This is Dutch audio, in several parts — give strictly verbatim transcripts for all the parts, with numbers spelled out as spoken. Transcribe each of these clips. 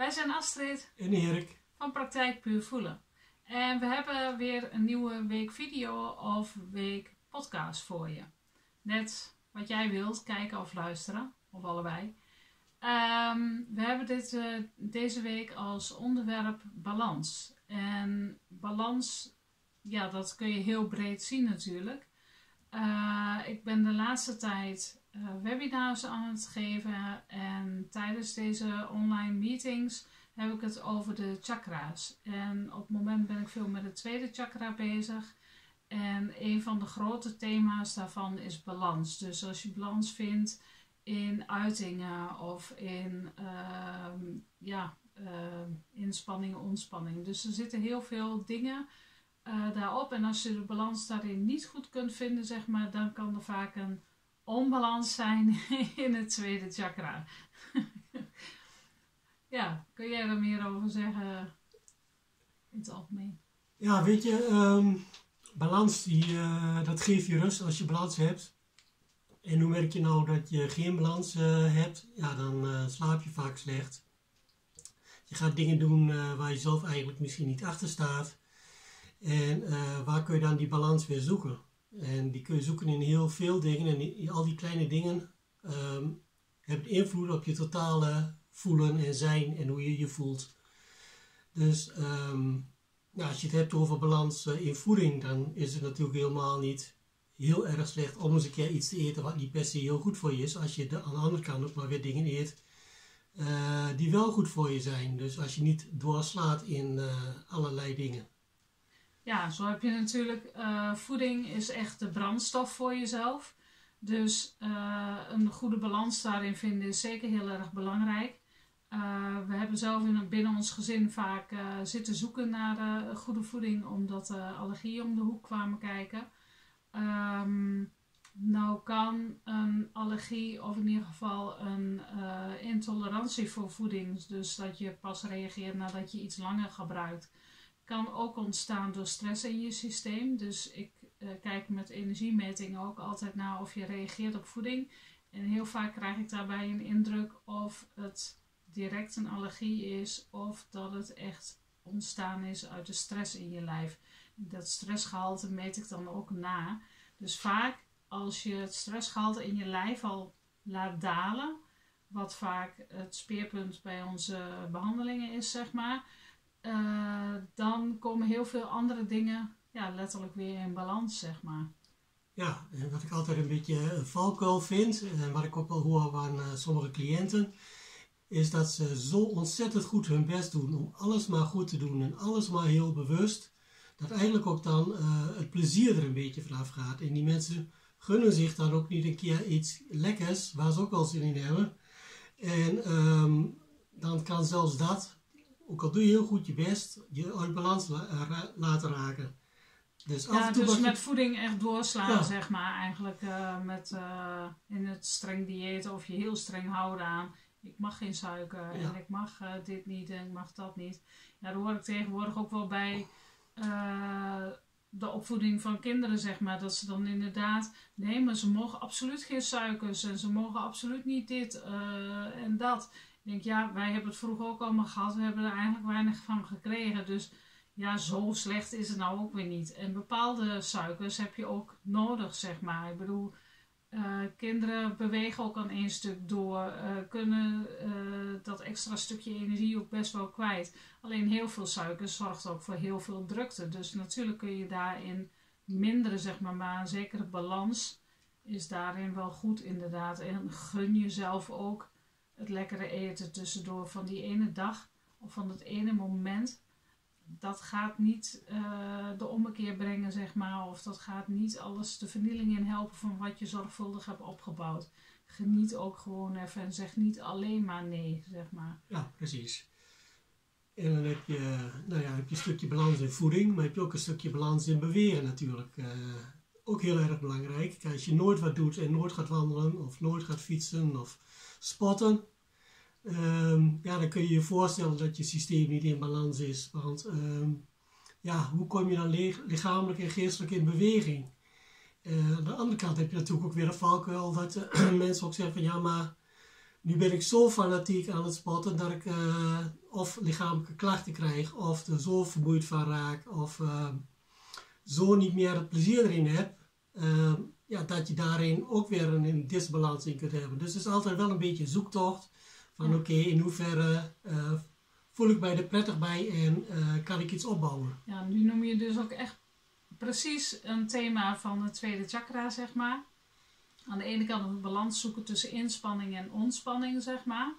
Wij zijn Astrid en Erik van Praktijk Puur Voelen. En we hebben weer een nieuwe week video of week podcast voor je. Net wat jij wilt, kijken of luisteren, of allebei. Um, we hebben dit, uh, deze week als onderwerp balans. En balans, ja, dat kun je heel breed zien natuurlijk. Uh, ik ben de laatste tijd uh, webinars aan het geven en tijdens deze online meetings heb ik het over de chakra's. En op het moment ben ik veel met het tweede chakra bezig. En een van de grote thema's daarvan is balans. Dus als je balans vindt in uitingen of in uh, ja, uh, inspanning, ontspanning. Dus er zitten heel veel dingen uh, daarop. En als je de balans daarin niet goed kunt vinden, zeg maar, dan kan er vaak een onbalans zijn in het tweede chakra. Ja, kun jij er meer over zeggen in het algemeen? Ja, weet je, um, balans, die, uh, dat geeft je rust als je balans hebt. En hoe merk je nou dat je geen balans uh, hebt? Ja, dan uh, slaap je vaak slecht. Je gaat dingen doen uh, waar je zelf eigenlijk misschien niet achter staat. En uh, waar kun je dan die balans weer zoeken? En die kun je zoeken in heel veel dingen. En in al die kleine dingen um, hebben invloed op je totale voelen en zijn en hoe je je voelt. Dus um, ja, als je het hebt over balans uh, in voeding, dan is het natuurlijk helemaal niet heel erg slecht om eens een keer iets te eten wat niet per se heel goed voor je is. Als je de, aan de andere kant ook maar weer dingen eet uh, die wel goed voor je zijn. Dus als je niet doorslaat in uh, allerlei dingen. Ja, zo heb je natuurlijk, uh, voeding is echt de brandstof voor jezelf. Dus uh, een goede balans daarin vinden is zeker heel erg belangrijk. Uh, we hebben zelf in, binnen ons gezin vaak uh, zitten zoeken naar uh, goede voeding, omdat uh, allergieën om de hoek kwamen kijken. Um, nou kan een allergie of in ieder geval een uh, intolerantie voor voeding, dus dat je pas reageert nadat je iets langer gebruikt, kan ook ontstaan door stress in je systeem. Dus ik uh, kijk met energiemetingen ook altijd naar of je reageert op voeding. En heel vaak krijg ik daarbij een indruk of het direct een allergie is of dat het echt ontstaan is uit de stress in je lijf. Dat stressgehalte meet ik dan ook na. Dus vaak als je het stressgehalte in je lijf al laat dalen, wat vaak het speerpunt bij onze behandelingen is, zeg maar, uh, dan komen heel veel andere dingen ja, letterlijk weer in balans, zeg maar. Ja, en wat ik altijd een beetje een valkuil vind, en wat ik ook wel hoor van uh, sommige cliënten, is dat ze zo ontzettend goed hun best doen om alles maar goed te doen en alles maar heel bewust, dat eigenlijk ook dan uh, het plezier er een beetje vanaf gaat. En die mensen gunnen zich dan ook niet een keer iets lekkers, waar ze ook wel zin in hebben. En um, dan kan zelfs dat, ook al doe je heel goed je best, je uit balans la ra laten raken. Dus, af ja, en toe dus met je... voeding echt doorslaan, ja. zeg maar, eigenlijk uh, met uh, in het streng dieet of je heel streng houden aan. Ik mag geen suiker ja. en ik mag uh, dit niet en ik mag dat niet. Ja, daar hoor ik tegenwoordig ook wel bij uh, de opvoeding van kinderen, zeg maar. Dat ze dan inderdaad, nee, maar ze mogen absoluut geen suikers en ze mogen absoluut niet dit uh, en dat. Ik denk, ja, wij hebben het vroeger ook allemaal gehad. We hebben er eigenlijk weinig van gekregen. Dus ja, zo slecht is het nou ook weer niet. En bepaalde suikers heb je ook nodig, zeg maar. Ik bedoel, Uh, kinderen bewegen ook aan één stuk door, uh, kunnen uh, dat extra stukje energie ook best wel kwijt. Alleen heel veel suiker zorgt ook voor heel veel drukte. Dus natuurlijk kun je daarin minderen, zeg maar, maar een zekere balans is daarin wel goed inderdaad. En gun jezelf ook het lekkere eten tussendoor van die ene dag of van het ene moment. Dat gaat niet uh, de ommekeer brengen, zeg maar. Of dat gaat niet alles de vernieling in helpen van wat je zorgvuldig hebt opgebouwd. Geniet ook gewoon even en zeg niet alleen maar nee, zeg maar. Ja, precies. En dan heb je, nou ja, heb je een stukje balans in voeding, maar heb je ook een stukje balans in bewegen natuurlijk. Uh, ook heel erg belangrijk. Kijk, als je nooit wat doet en nooit gaat wandelen of nooit gaat fietsen of sporten, Um, ja, dan kun je je voorstellen dat je systeem niet in balans is. Want um, ja, hoe kom je dan lichamelijk en geestelijk in beweging? Uh, aan de andere kant heb je natuurlijk ook weer een valkuil dat uh, mensen ook zeggen van ja, maar nu ben ik zo fanatiek aan het sporten dat ik uh, of lichamelijke klachten krijg, of er zo vermoeid van raak, of uh, zo niet meer het plezier erin heb, uh, ja, dat je daarin ook weer een, een disbalans in kunt hebben. Dus het is altijd wel een beetje een zoektocht van ja. oké, okay, in hoeverre uh, voel ik mij er prettig bij en uh, kan ik iets opbouwen. Ja, nu noem je dus ook echt precies een thema van het tweede chakra, zeg maar. Aan de ene kant een balans zoeken tussen inspanning en ontspanning, zeg maar.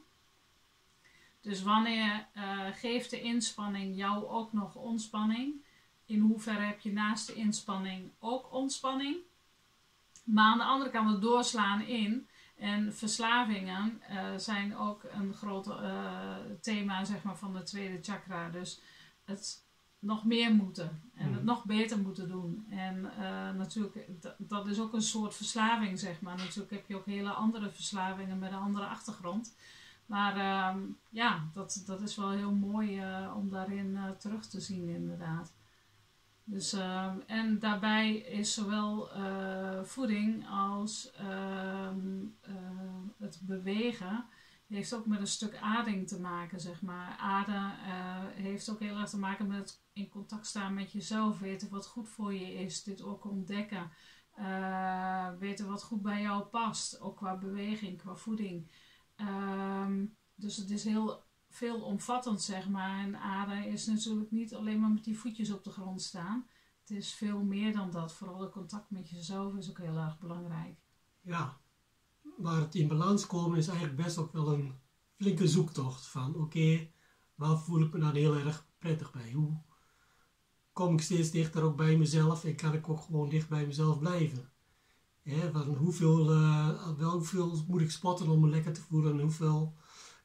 Dus wanneer uh, geeft de inspanning jou ook nog ontspanning? In hoeverre heb je naast de inspanning ook ontspanning? Maar aan de andere kant het doorslaan in. En verslavingen uh, zijn ook een groot uh, thema, zeg maar, van het tweede chakra. Dus het nog meer moeten en het mm. nog beter moeten doen. En uh, natuurlijk, d- dat is ook een soort verslaving, zeg maar. Natuurlijk heb je ook hele andere verslavingen met een andere achtergrond. Maar uh, ja, dat, dat is wel heel mooi uh, om daarin uh, terug te zien, inderdaad. Dus, uh, en daarbij is zowel uh, voeding als uh, uh, het bewegen heeft ook met een stuk ading te maken, zeg maar. Aden uh, heeft ook heel erg te maken met het in contact staan met jezelf, weten wat goed voor je is, dit ook ontdekken, uh, weten wat goed bij jou past, ook qua beweging, qua voeding. Um, dus het is heel veelomvattend, zeg maar. En aden is natuurlijk niet alleen maar met die voetjes op de grond staan. Het is veel meer dan dat. Vooral het contact met jezelf is ook heel erg belangrijk. Ja, maar het in balans komen is eigenlijk best ook wel een flinke zoektocht. Van oké, okay, waar voel ik me dan heel erg prettig bij? Hoe kom ik steeds dichter ook bij mezelf en kan ik ook gewoon dicht bij mezelf blijven? Hè, van hoeveel, uh, wel hoeveel moet ik spotten om me lekker te voelen? En hoeveel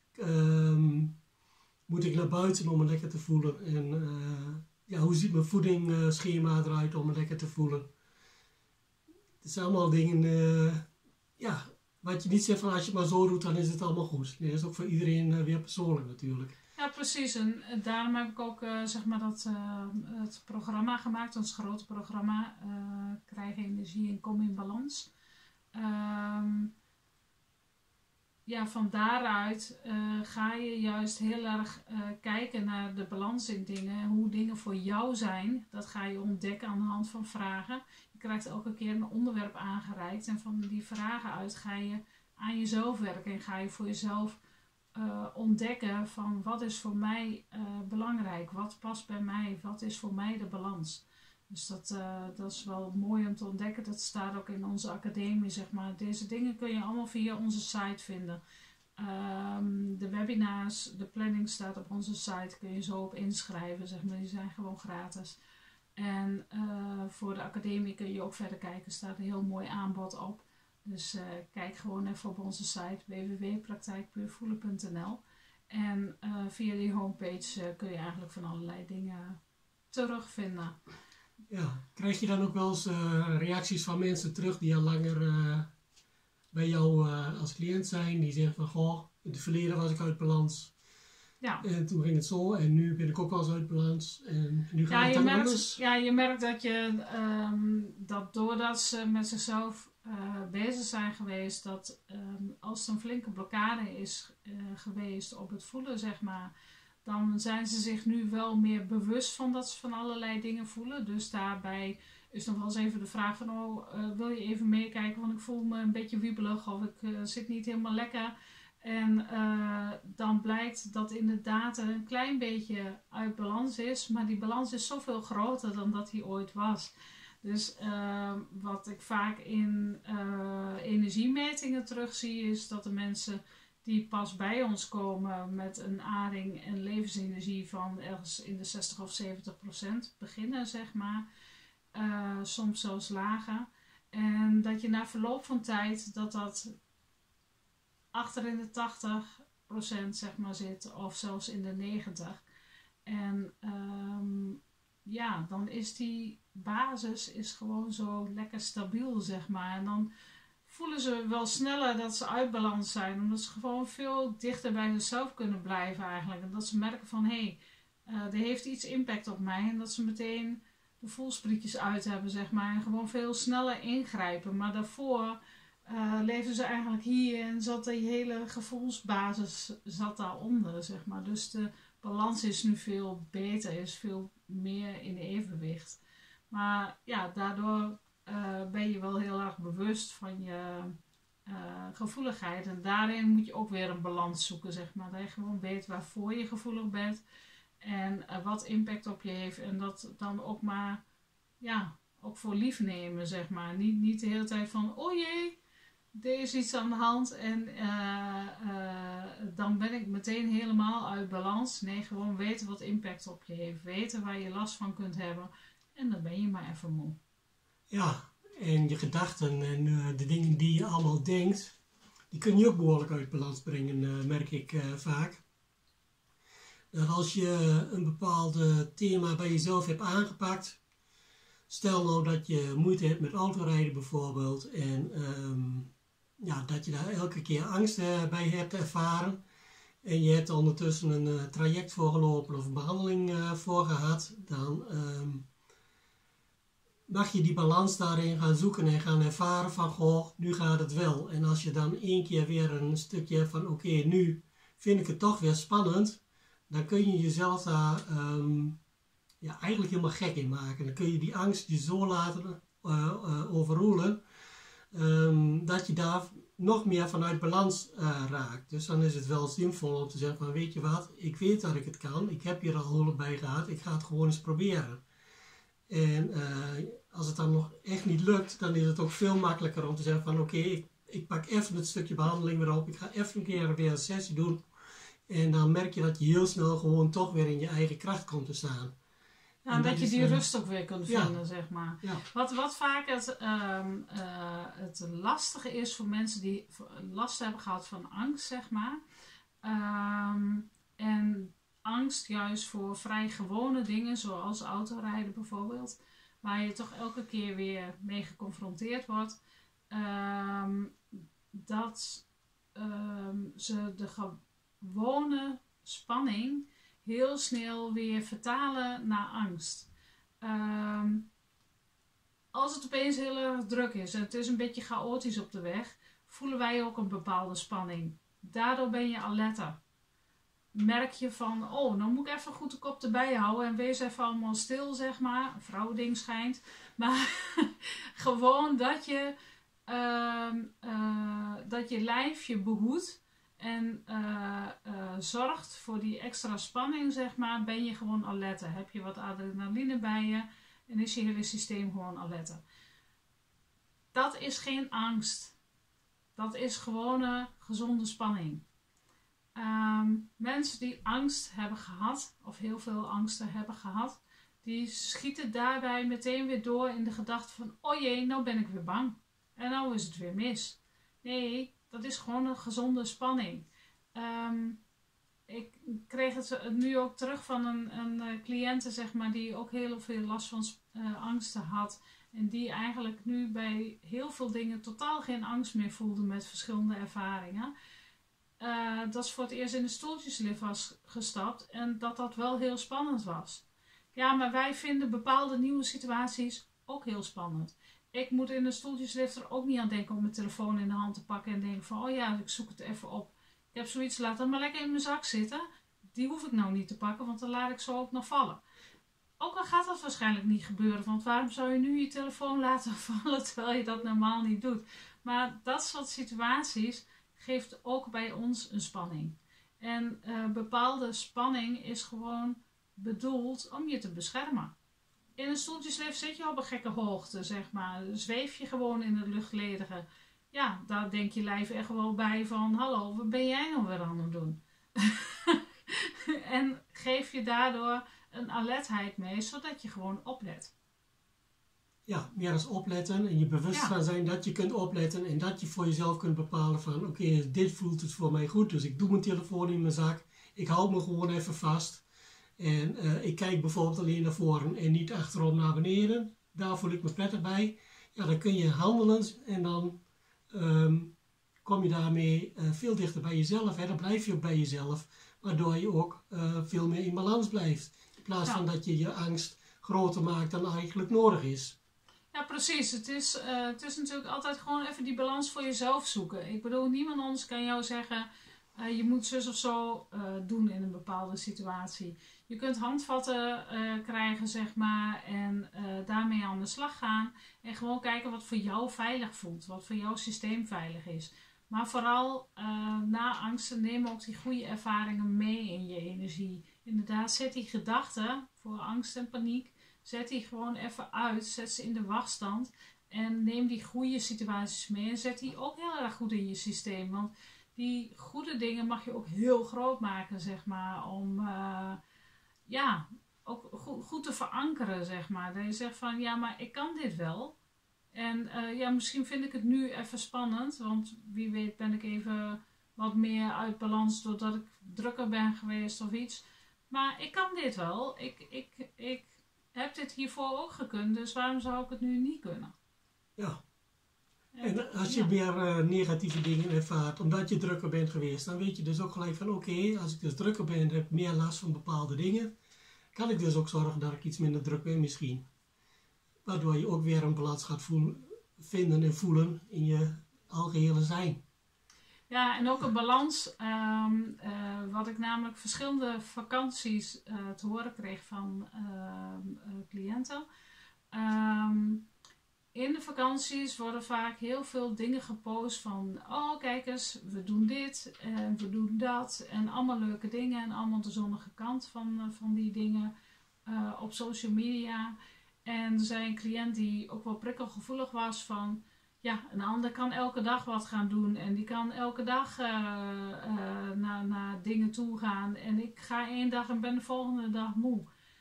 um, moet ik naar buiten om me lekker te voelen? En uh, ja, hoe ziet mijn voedingsschema eruit om me lekker te voelen? Het zijn allemaal dingen, uh, ja, wat je niet zegt van als je het maar zo doet, dan is het allemaal goed. Nee, dat is ook voor iedereen uh, weer persoonlijk natuurlijk. Ja, precies. En daarom heb ik ook uh, zeg maar dat, uh, het programma gemaakt, ons grote programma, uh, Krijg energie en kom in balans. Um, ja, van daaruit uh, ga je juist heel erg uh, kijken naar de balans in dingen. Hoe dingen voor jou zijn, dat ga je ontdekken aan de hand van vragen. Je krijgt elke keer een onderwerp aangereikt. En van die vragen uit ga je aan jezelf werken. En ga je voor jezelf uh, ontdekken van wat is voor mij uh, belangrijk. Wat past bij mij, wat is voor mij de balans. Dus dat, uh, dat is wel mooi om te ontdekken. Dat staat ook in onze academie, zeg maar. Deze dingen kun je allemaal via onze site vinden. Um, de webinars, de planning staat op onze site. Kun je zo op inschrijven, zeg maar. Die zijn gewoon gratis. En uh, voor de academie kun je ook verder kijken. Er staat een heel mooi aanbod op. Dus uh, kijk gewoon even op onze site w w w punt praktijkpuurvoelen punt n l. En uh, via die homepage uh, kun je eigenlijk van allerlei dingen terugvinden. Ja, krijg je dan ook wel eens uh, reacties van mensen terug die al langer uh, bij jou uh, als cliënt zijn, die zeggen van goh, in het verleden was ik uit balans. Ja. En toen ging het zo en nu ben ik ook wel eens uit balans en nu gaat ja, het je dan merkt, anders. Ja, je merkt dat je um, dat doordat ze met zichzelf uh, bezig zijn geweest, dat um, als er een flinke blokkade is uh, geweest op het voelen, zeg maar, dan zijn ze zich nu wel meer bewust van dat ze van allerlei dingen voelen. Dus daarbij is nog wel eens even de vraag van, oh, uh, wil je even meekijken, want ik voel me een beetje wiebelig of ik uh, zit niet helemaal lekker. En uh, dan blijkt dat inderdaad een klein beetje uit balans is, maar die balans is zoveel groter dan dat die ooit was. Dus uh, wat ik vaak in uh, energiemetingen terugzie is dat de mensen die pas bij ons komen met een ading en levensenergie van ergens in de zestig of zeventig procent beginnen, zeg maar. Uh, soms zelfs lager. En dat je na verloop van tijd dat dat achter in de tachtig procent zeg maar zit of zelfs in de negentig. En um, ja, dan is die basis is gewoon zo lekker stabiel, zeg maar. En dan voelen ze wel sneller dat ze uit balans zijn. Omdat ze gewoon veel dichter bij zichzelf kunnen blijven eigenlijk. En dat ze merken van, hé, hey, uh, er heeft iets impact op mij. En dat ze meteen de voelsprietjes uit hebben, zeg maar. En gewoon veel sneller ingrijpen. Maar daarvoor uh, leefden ze eigenlijk hier en zat die hele gevoelsbasis zat daaronder, zeg maar. Dus de balans is nu veel beter, is veel meer in evenwicht. Maar ja, daardoor uh, ben je wel heel erg bewust van je uh, gevoeligheid. En daarin moet je ook weer een balans zoeken, zeg maar. Dat je gewoon weet waarvoor je gevoelig bent en uh, wat impact op je heeft. En dat dan ook maar, ja, ook voor lief nemen, zeg maar. Niet, niet de hele tijd van, oh jee, er is iets aan de hand en uh, uh, dan ben ik meteen helemaal uit balans. Nee, gewoon weten wat impact op je heeft. Weten waar je last van kunt hebben. En dan ben je maar even moe. Ja, en je gedachten en uh, de dingen die je allemaal denkt, die kun je ook behoorlijk uit balans brengen, uh, merk ik uh, vaak. Dat als je een bepaald thema bij jezelf hebt aangepakt, stel nou dat je moeite hebt met autorijden bijvoorbeeld en um, ja, dat je daar elke keer angst uh, bij hebt ervaren en je hebt ondertussen een uh, traject voor gelopen of een behandeling uh, voor gehad, dan um, mag je die balans daarin gaan zoeken en gaan ervaren van, goh, nu gaat het wel. En als je dan één keer weer een stukje hebt van, oké, okay, nu vind ik het toch weer spannend, dan kun je jezelf daar um, ja, eigenlijk helemaal gek in maken. Dan kun je die angst je zo laten uh, uh, overroelen, um, dat je daar nog meer vanuit balans uh, raakt. Dus dan is het wel zinvol om te zeggen van, weet je wat, ik weet dat ik het kan, ik heb hier al hulp bij gehad, ik ga het gewoon eens proberen. En uh, als het dan nog echt niet lukt, dan is het ook veel makkelijker om te zeggen van, oké, okay, ik, ik pak even het stukje behandeling weer op, ik ga even een keer weer een sessie doen. En dan merk je dat je heel snel gewoon toch weer in je eigen kracht komt te staan. Ja, en dat, dat je die uh, rust ook weer kunt vinden, ja. zeg maar. Ja. Wat, wat vaak het, um, uh, het lastige is voor mensen die last hebben gehad van angst, zeg maar. Um, en angst juist voor vrij gewone dingen, zoals autorijden bijvoorbeeld. Waar je toch elke keer weer mee geconfronteerd wordt. Um, dat um, ze de gewone spanning heel snel weer vertalen naar angst. Um, als het opeens heel erg druk is en het is een beetje chaotisch op de weg, voelen wij ook een bepaalde spanning. Daardoor ben je alerter. Merk je van, oh, dan moet ik even goed de kop erbij houden en wees even allemaal stil, zeg maar. Een vrouwending schijnt. Maar gewoon dat je, uh, uh, dat je lijf je behoedt en uh, uh, zorgt voor die extra spanning, zeg maar, ben je gewoon alerter. Heb je wat adrenaline bij je en is je hele systeem gewoon alerter. Dat is geen angst. Dat is gewone gezonde spanning. Um, mensen die angst hebben gehad, of heel veel angsten hebben gehad, die schieten daarbij meteen weer door in de gedachte van, oh jee, nou ben ik weer bang. En nou is het weer mis. Nee, dat is gewoon een gezonde spanning. Um, ik kreeg het nu ook terug van een, een cliënte, zeg maar, die ook heel veel last van uh, angsten had. En die eigenlijk nu bij heel veel dingen totaal geen angst meer voelde met verschillende ervaringen. Uh, dat ze voor het eerst in de stoeltjeslift was gestapt en dat dat wel heel spannend was. Ja, maar wij vinden bepaalde nieuwe situaties ook heel spannend. Ik moet in de stoeltjeslift er ook niet aan denken om mijn telefoon in de hand te pakken en denken van, oh ja, ik zoek het even op. Ik heb zoiets, laat het maar lekker in mijn zak zitten. Die hoef ik nou niet te pakken, want dan laat ik zo ook nog vallen. Ook al gaat dat waarschijnlijk niet gebeuren, want waarom zou je nu je telefoon laten vallen terwijl je dat normaal niet doet? Maar dat soort situaties geeft ook bij ons een spanning. En uh, bepaalde spanning is gewoon bedoeld om je te beschermen. In een stoeltjeslift zit je op een gekke hoogte, zeg maar. Zweef je gewoon in het luchtledige. Ja, daar denk je lijf echt wel bij van, hallo, wat ben jij nou weer aan het doen? En geef je daardoor een alertheid mee, zodat je gewoon oplet. Ja, meer als opletten en je bewust ja. van zijn dat je kunt opletten en dat je voor jezelf kunt bepalen van, oké, okay, dit voelt het voor mij goed, dus ik doe mijn telefoon in mijn zak, ik hou me gewoon even vast en uh, ik kijk bijvoorbeeld alleen naar voren en niet achterom naar beneden, daar voel ik me prettig bij. Ja, dan kun je handelen en dan um, kom je daarmee uh, veel dichter bij jezelf, hè? Dan blijf je ook bij jezelf, waardoor je ook uh, veel meer in balans blijft, in plaats ja. van dat je je angst groter maakt dan eigenlijk nodig is. Ja, precies. Het is, uh, het is natuurlijk altijd gewoon even die balans voor jezelf zoeken. Ik bedoel, niemand anders kan jou zeggen, uh, je moet zus of zo uh, doen in een bepaalde situatie. Je kunt handvatten uh, krijgen, zeg maar, en uh, daarmee aan de slag gaan. En gewoon kijken wat voor jou veilig voelt, wat voor jouw systeem veilig is. Maar vooral uh, na angsten neem ook die goede ervaringen mee in je energie. Inderdaad, zet die gedachten voor angst en paniek. Zet die gewoon even uit. Zet ze in de wachtstand. En neem die goede situaties mee. En zet die ook heel erg goed in je systeem. Want die goede dingen mag je ook heel groot maken, zeg maar. Om uh, ja, ook goed, goed te verankeren, zeg maar. Dat je zegt van, ja, maar ik kan dit wel. En uh, ja, misschien vind ik het nu even spannend. Want wie weet ben ik even wat meer uit balans doordat ik drukker ben geweest of iets. Maar ik kan dit wel. Ik... ik, ik heb dit hiervoor ook gekund, dus waarom zou ik het nu niet kunnen? Ja. En als je ja. meer uh, negatieve dingen ervaart, omdat je drukker bent geweest, dan weet je dus ook gelijk van oké, okay, als ik dus drukker ben en heb meer last van bepaalde dingen, kan ik dus ook zorgen dat ik iets minder druk ben misschien. Waardoor je ook weer een balans gaat voelen, vinden en voelen in je algehele zijn. Ja, en ook een balans, um, uh, wat ik namelijk verschillende vakanties uh, te horen kreeg van uh, uh, cliënten. Um, in de vakanties worden vaak heel veel dingen gepost van, oh kijk eens, we doen dit en we doen dat. En allemaal leuke dingen en allemaal de zonnige kant van, uh, van die dingen uh, op social media. En er zei een cliënt die ook wel prikkelgevoelig was van... Ja, een ander kan elke dag wat gaan doen en die kan elke dag uh, uh, naar, naar dingen toe gaan. En ik ga één dag en ben de volgende dag moe.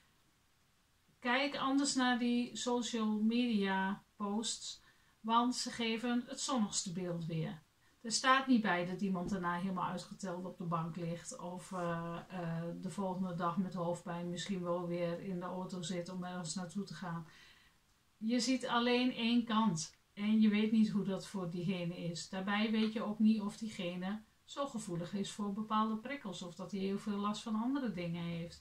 Kijk anders naar die social media posts, want ze geven het zonnigste beeld weer. Er staat niet bij dat iemand daarna helemaal uitgeteld op de bank ligt of uh, uh, de volgende dag met hoofdpijn misschien wel weer in de auto zit om ergens naartoe te gaan. Je ziet alleen één kant. En je weet niet hoe dat voor diegene is. Daarbij weet je ook niet of diegene zo gevoelig is voor bepaalde prikkels. Of dat hij heel veel last van andere dingen heeft.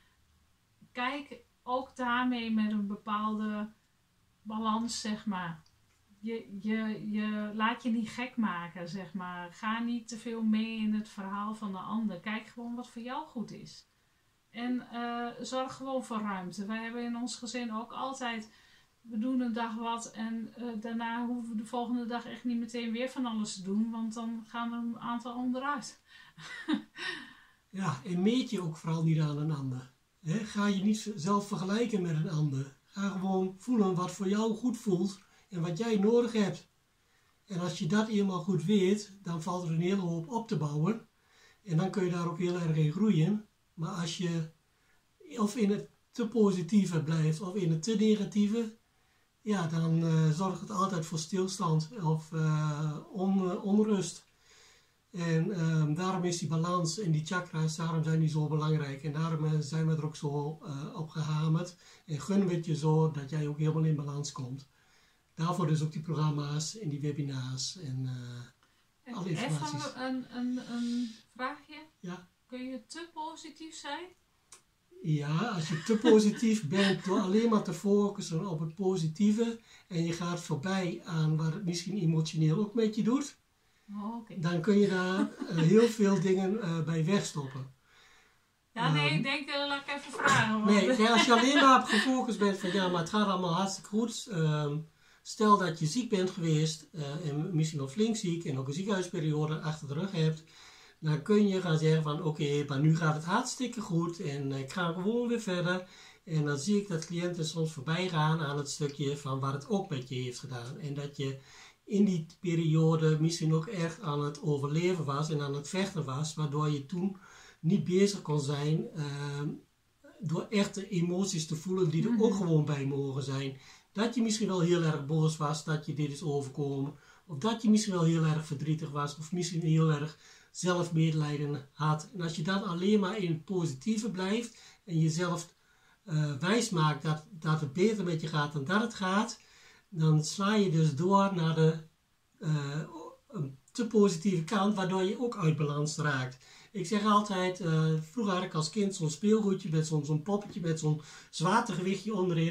Kijk ook daarmee met een bepaalde balans, zeg maar. Je, je, je laat je niet gek maken, zeg maar. Ga niet te veel mee in het verhaal van de ander. Kijk gewoon wat voor jou goed is. En uh, zorg gewoon voor ruimte. Wij hebben in ons gezin ook altijd... We doen een dag wat en uh, daarna hoeven we de volgende dag echt niet meteen weer van alles te doen, want dan gaan er een aantal onderuit. Ja, en meet je ook vooral niet aan een ander. He, ga je niet zelf vergelijken met een ander. Ga gewoon voelen wat voor jou goed voelt en wat jij nodig hebt. En als je dat eenmaal goed weet, dan valt er een hele hoop op te bouwen. En dan kun je daar ook heel erg in groeien. Maar als je of in het te positieve blijft of in het te negatieve... Ja, dan uh, zorgt het altijd voor stilstand of uh, on, uh, onrust. En um, daarom is die balans en die chakras, daarom zijn die zo belangrijk. En daarom uh, zijn we er ook zo uh, op gehamerd. En gunnen we het je zo dat jij ook helemaal in balans komt. Daarvoor dus ook die programma's en die webinars en uh, alle informaties. Even een, een, een vraagje. Ja? Kun je te positief zijn? Ja, als je te positief bent door alleen maar te focussen op het positieve en je gaat voorbij aan wat het misschien emotioneel ook met je doet, oh, okay. dan kun je daar uh, heel veel dingen uh, bij wegstoppen. Ja, nee, um, ik denk, uh, laat ik even vragen. Nee, ja, als je alleen maar op gefocust bent van ja, maar het gaat allemaal hartstikke goed. Um, stel dat je ziek bent geweest uh, en misschien nog flink ziek en ook een ziekenhuisperiode achter de rug hebt. Dan kun je gaan zeggen van oké, okay, maar nu gaat het hartstikke goed en ik ga gewoon weer verder. En dan zie ik dat cliënten soms voorbij gaan aan het stukje van wat het ook met je heeft gedaan. En dat je in die periode misschien ook echt aan het overleven was en aan het vechten was. Waardoor je toen niet bezig kon zijn uh, door echte emoties te voelen die er mm-hmm. ook gewoon bij mogen zijn. Dat je misschien wel heel erg boos was dat je dit is overkomen. Of dat je misschien wel heel erg verdrietig was of misschien heel erg... zelfmedelijden had. En als je dan alleen maar in het positieve blijft en jezelf uh, wijs maakt dat, dat het beter met je gaat dan dat het gaat, dan sla je dus door naar de uh, te positieve kant, waardoor je ook uit balans raakt. Ik zeg altijd, uh, vroeger had ik als kind zo'n speelgoedje met zo'n zo'n poppetje met zo'n zwaartegewichtje onderin.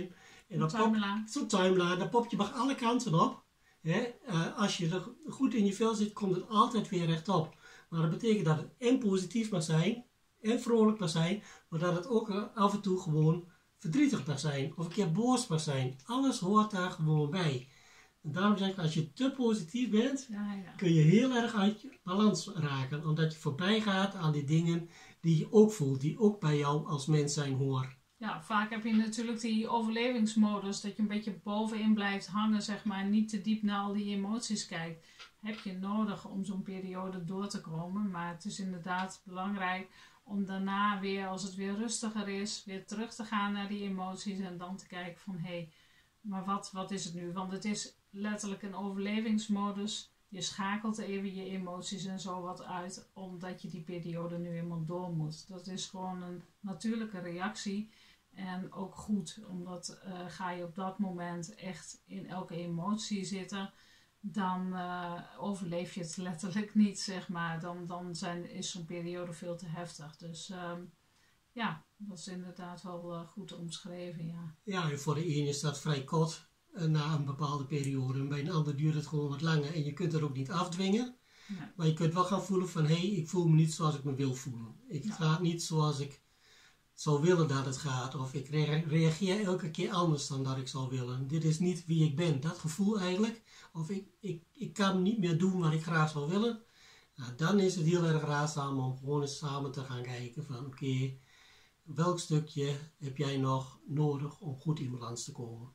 En dan pop, zo'n timeline, dan pop je maar alle kanten op. Hè? Uh, als je er goed in je vel zit, komt het altijd weer rechtop. Maar dat betekent dat het en positief mag zijn, en vrolijk mag zijn, maar dat het ook af en toe gewoon verdrietig mag zijn. Of een keer boos mag zijn. Alles hoort daar gewoon bij. En daarom zeg ik, als je te positief bent, ja, ja. kun je heel erg uit je balans raken. Omdat je voorbij gaat aan die dingen die je ook voelt, die ook bij jou als mens zijn horen. Ja, vaak heb je natuurlijk die overlevingsmodus, dat je een beetje bovenin blijft hangen, zeg maar, en niet te diep naar al die emoties kijkt. Heb je nodig om zo'n periode door te komen, maar het is inderdaad belangrijk om daarna weer, als het weer rustiger is, weer terug te gaan naar die emoties en dan te kijken van, hé, hey, maar wat, wat is het nu? Want het is letterlijk een overlevingsmodus. Je schakelt even je emoties en zo wat uit, omdat je die periode nu eenmaal door moet. Dat is gewoon een natuurlijke reactie. En ook goed, omdat uh, ga je op dat moment echt in elke emotie zitten, dan uh, overleef je het letterlijk niet, zeg maar. Dan, dan zijn, is zo'n periode veel te heftig. Dus um, ja, dat is inderdaad wel uh, goed omschreven, ja. Ja, en voor de ene is dat vrij kort uh, na een bepaalde periode. En bij een ander duurt het gewoon wat langer. En je kunt het ook niet afdwingen. Nee. Maar je kunt wel gaan voelen van, hé, hey, ik voel me niet zoals ik me wil voelen. Ik ja. ga niet zoals ik zou willen dat het gaat. Of ik re- reageer elke keer anders dan dat ik zou willen. Dit is niet wie ik ben. Dat gevoel eigenlijk. Of ik, ik, ik kan niet meer doen wat ik graag zou willen. Nou, dan is het heel erg raadzaam om gewoon eens samen te gaan kijken van, oké, okay, welk stukje heb jij nog nodig om goed in balans te komen?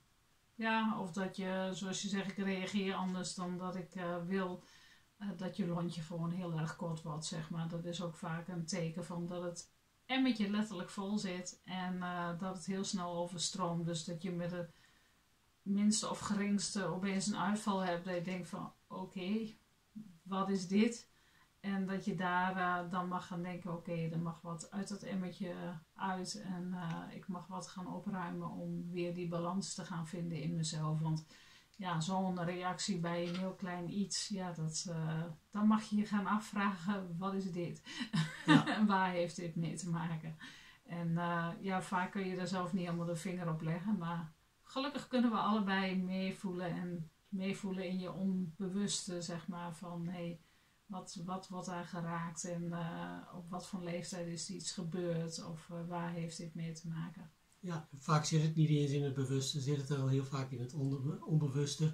Ja, of dat je, zoals je zegt, ik reageer anders dan dat ik uh, wil. Uh, dat je lontje gewoon heel erg kort wordt, zeg maar. Dat is ook vaak een teken van dat het emmetje letterlijk vol zit en uh, dat het heel snel overstroomt. Dus dat je met het minste of geringste opeens een uitval hebt. Dat je denkt van, oké, okay, wat is dit? En dat je daar uh, dan mag gaan denken, oké, okay, er mag wat uit dat emmetje uit. En uh, ik mag wat gaan opruimen om weer die balans te gaan vinden in mezelf. Want ja, zo'n reactie bij een heel klein iets, ja, dat, uh, dan mag je je gaan afvragen, wat is dit? Ja. En waar heeft dit mee te maken? En uh, ja, vaak kun je daar zelf niet helemaal de vinger op leggen. Maar gelukkig kunnen we allebei meevoelen en meevoelen in je onbewuste, zeg maar, van hé, hey, wat, wat wordt daar geraakt en uh, op wat voor leeftijd is iets gebeurd of uh, waar heeft dit mee te maken? Ja, vaak zit het niet eens in het bewuste, zit het al heel vaak in het onder, onbewuste.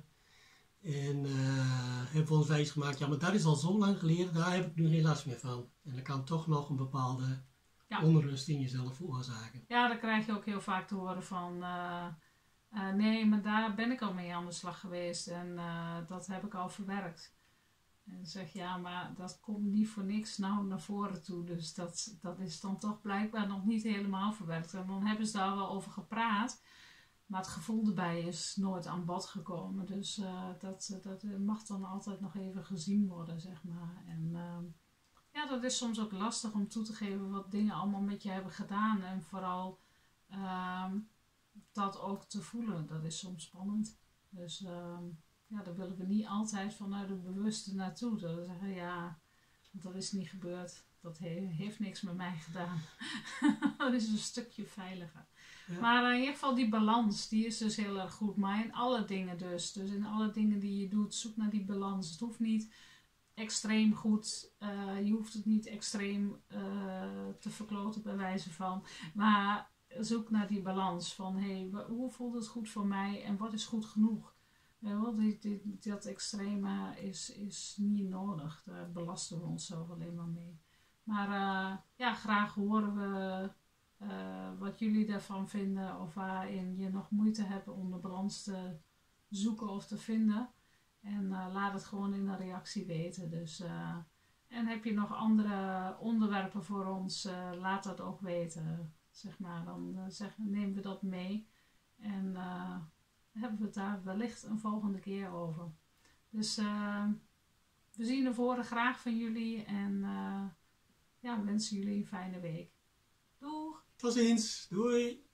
En uh, hebben we ons wijs gemaakt, ja, maar dat is al zo lang geleden, daar heb ik nu geen last meer van. En dat kan toch nog een bepaalde ja. onrust in jezelf veroorzaken. Ja, dan krijg je ook heel vaak te horen van, uh, uh, nee, maar daar ben ik al mee aan de slag geweest en uh, dat heb ik al verwerkt. En dan zeg je, ja, maar dat komt niet voor niks nou naar voren toe. Dus dat, dat is dan toch blijkbaar nog niet helemaal verwerkt. En dan hebben ze daar wel over gepraat. Maar het gevoel erbij is nooit aan bod gekomen. Dus uh, dat, dat mag dan altijd nog even gezien worden, zeg maar. En uh, ja, dat is soms ook lastig om toe te geven wat dingen allemaal met je hebben gedaan. En vooral uh, dat ook te voelen. Dat is soms spannend. Dus uh, ja, daar willen we niet altijd vanuit het bewuste naartoe. Dat we zeggen, ja, dat is niet gebeurd. Dat he- heeft niks met mij gedaan. Dat is een stukje veiliger. Ja. Maar in ieder geval die balans, die is dus heel erg goed. Maar in alle dingen dus. Dus in alle dingen die je doet, zoek naar die balans. Het hoeft niet extreem goed. Uh, je hoeft het niet extreem uh, te verkloten bij wijze van. Maar zoek naar die balans van, hé, hey, hoe voelt het goed voor mij en wat is goed genoeg? Ja, die, die, dat extreme is, is niet nodig. Daar belasten we onszelf alleen maar mee. Maar uh, ja, graag horen we uh, wat jullie daarvan vinden. Of waarin je nog moeite hebt om de balans te zoeken of te vinden. En uh, laat het gewoon in een reactie weten. Dus, uh, en heb je nog andere onderwerpen voor ons, uh, laat dat ook weten. Zeg maar, dan uh, zeg, nemen we dat mee. En uh, hebben we het daar wellicht een volgende keer over. Dus uh, we zien de voren graag van jullie en uh, ja, wensen jullie een fijne week. Doeg! Tot ziens! Doei!